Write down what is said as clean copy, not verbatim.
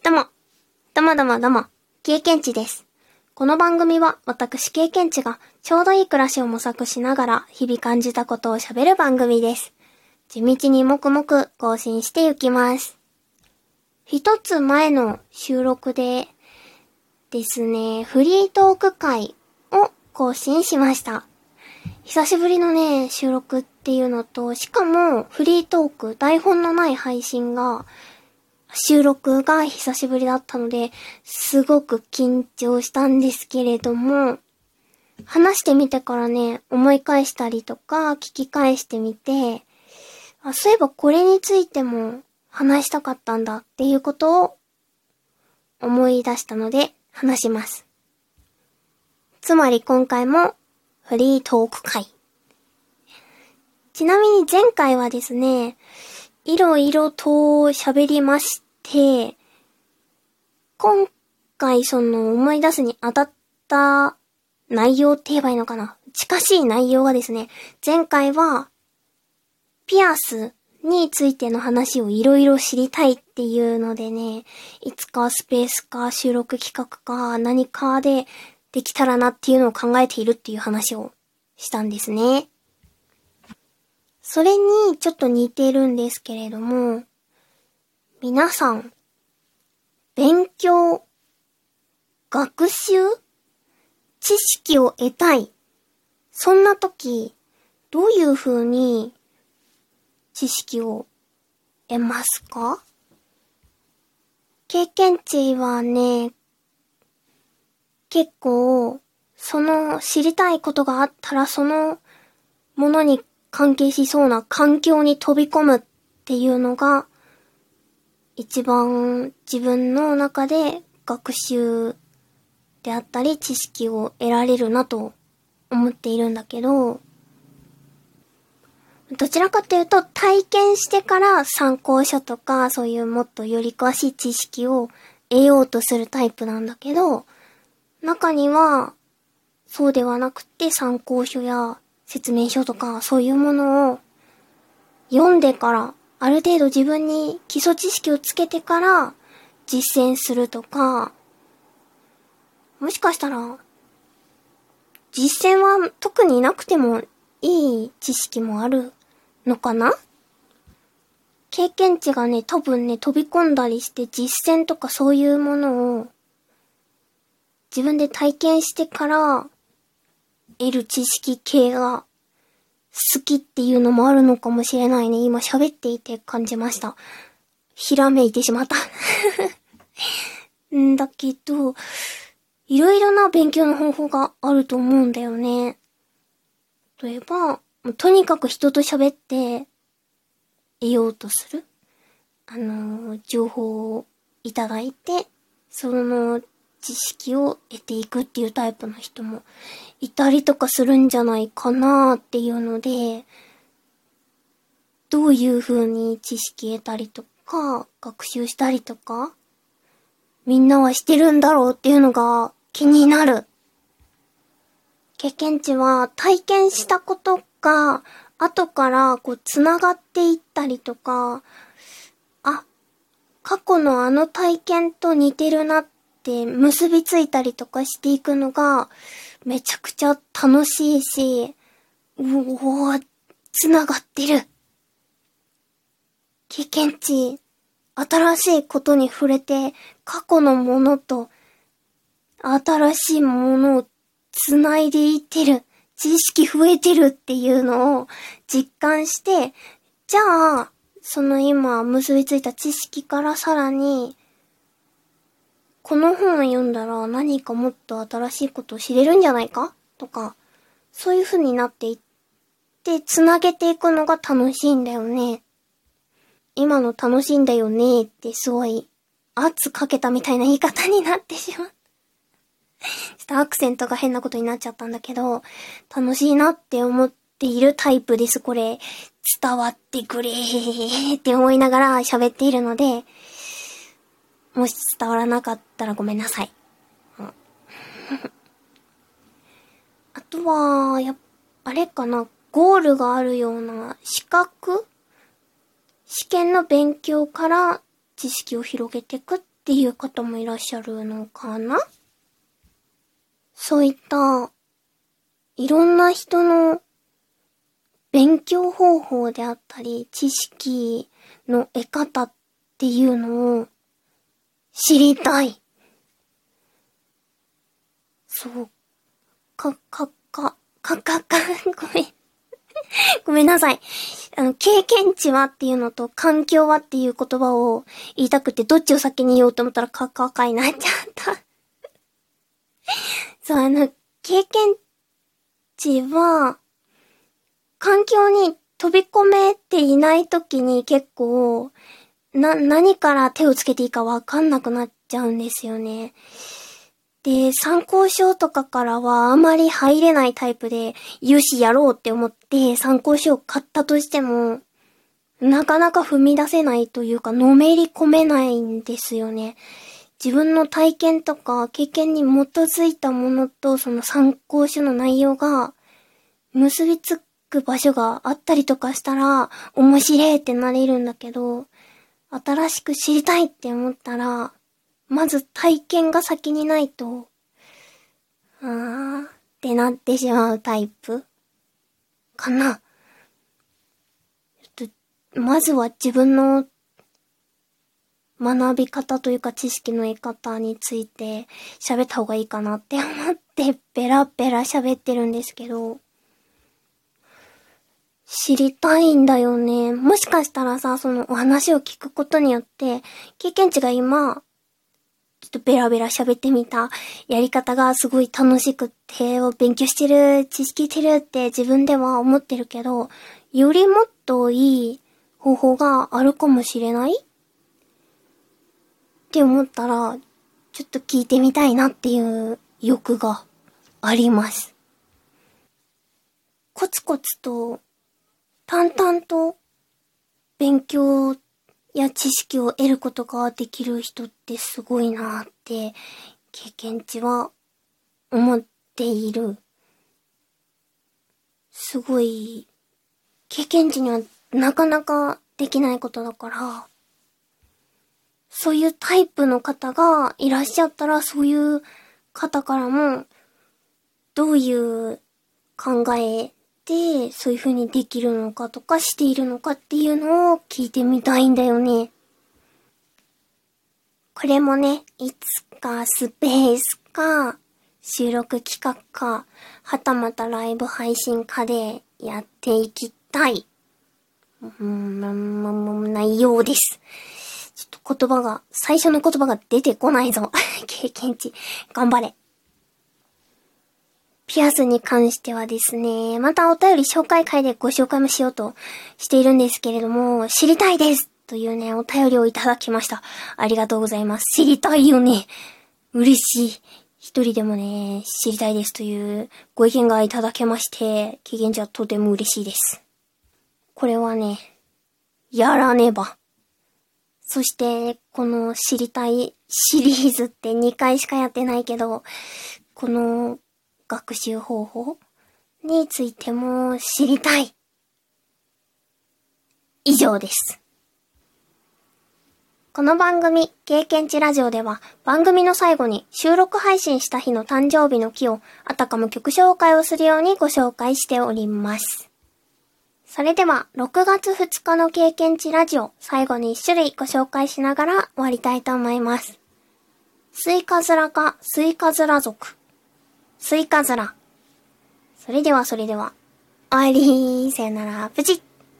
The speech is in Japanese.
どうも、経験値です。この番組は私経験値がちょうどいい暮らしを模索しながら日々感じたことを喋る番組です。地道に黙々更新していきます。一つ前の収録でですね、フリートーク会を更新しました。久しぶりのね、収録っていうのと、しかもフリートーク、台本のない配信収録が久しぶりだったので、すごく緊張したんですけれども、話してみてからね、思い返したりとか、聞き返してみて、そういえばこれについても話したかったんだっていうことを思い出したので話します。つまり今回もフリートーク会。ちなみに前回はですね、いろいろと喋りまして、今回思い出すに当たった内容って言えばいいのかな？近しい内容がですね、前回はピアスについての話をいろいろ知りたいっていうのでね、いつかスペースか収録企画か何かでできたらなっていうのを考えているっていう話をしたんですね。それにちょっと似てるんですけれども、皆さん、勉強、学習、知識を得たい。そんな時、どういう風に知識を得ますか？経験値はね、結構、知りたいことがあったらそのものに関係しそうな環境に飛び込むっていうのが、一番自分の中で学習であったり知識を得られるなと思っているんだけど、どちらかというと体験してから参考書とかそういうもっとより詳しい知識を得ようとするタイプなんだけど、中にはそうではなくて参考書や説明書とかそういうものを読んでからある程度自分に基礎知識をつけてから実践するとか、もしかしたら実践は特になくてもいい知識もあるのかな？経験値がね、多分ね、飛び込んだりして実践とかそういうものを自分で体験してから得る知識系が好きっていうのもあるのかもしれないね。今喋っていて感じました。ひらめいてしまった。んだけど、いろいろな勉強の方法があると思うんだよね。例えば、とにかく人と喋って得ようとする。情報をいただいて、その知識を得ていくっていうタイプの人もいたりとかするんじゃないかなっていうので、どういう風に知識得たりとか、学習したりとか、みんなはしてるんだろうっていうのが気になる。経験値は体験したことが後から繋がっていったりとか、過去のあの体験と似てるなって結びついたりとかしていくのがめちゃくちゃ楽しいし、繋がってる。経験値、新しいことに触れて過去のものと新しいものを繋いでいってる。知識増えてるっていうのを実感して、じゃあ、今結びついた知識からさらに、この本を読んだら何かもっと新しいことを知れるんじゃないかとか、そういう風になっていって、つなげていくのが楽しいんだよね。今の楽しいんだよねってすごい圧かけたみたいな言い方になってしまう。ちょっとアクセントが変なことになっちゃったんだけど、楽しいなって思っているタイプです。これ、伝わってくれーって思いながら喋っているので、もし伝わらなかったらごめんなさい。あとは、あれかな、ゴールがあるような試験の勉強から知識を広げていくっっていう方もいらっしゃるのかな？そういったいろんな人の勉強方法であったり知識の得方っていうのを知りたい。そう。ごめん。ごめんなさい。経験値はっていうのと環境はっていう言葉を言いたくて、どっちを先に言おうと思ったらになっちゃった。そう、経験値は、環境に飛び込めていないときに結構、何から手をつけていいかわかんなくなっちゃうんですよね。で、参考書とかからはあまり入れないタイプで、よしやろうって思って参考書を買ったとしても、なかなか踏み出せないというか、のめり込めないんですよね。自分の体験とか経験に基づいたものとその参考書の内容が結びつく場所があったりとかしたら面白いってなれるんだけど、新しく知りたいって思ったら、まず体験が先にないと、ってなってしまうタイプかな。まずは自分の学び方というか知識の得方について喋った方がいいかなって思ってペラペラ喋ってるんですけど、知りたいんだよね。もしかしたらさ、そのお話を聞くことによって経験値が今ちょっとベラベラ喋ってみたやり方がすごい楽しくって勉強してる、知識してるって自分では思ってるけど、よりもっといい方法があるかもしれないって思ったら、ちょっと聞いてみたいなっていう欲があります。コツコツと淡々と勉強や知識を得ることができる人ってすごいなって経験値は思っている。すごい経験値にはなかなかできないことだから、そういうタイプの方がいらっしゃったら、そういう方からもどういう考えでそういう風にできるのかとかしているのかっていうのを聞いてみたいんだよね。これもね、いつかスペースか収録企画かはたまたライブ配信かでやっていきたい内容です。ちょっと最初の言葉が出てこないぞ。経験値。頑張れ。ピアスに関してはですね、またお便り紹介会でご紹介もしようとしているんですけれども、知りたいですというね、お便りをいただきました。ありがとうございます。知りたいよね。嬉しい。一人でもね、知りたいですというご意見がいただけまして、経験値はとても嬉しいです。これはね、やらねば。そして、この知りたいシリーズって2回しかやってないけど、この学習方法についても知りたい。以上です。この番組、経験値ラジオでは、番組の最後に収録配信した日の誕生日の日を、あたかも曲紹介をするようにご紹介しております。それでは、6月2日の経験値ラジオ、最後に1種類ご紹介しながら終わりたいと思います。スイカズラかスイカズラ族。スイカズラ。それでは、ありー、さよなら、プチッ。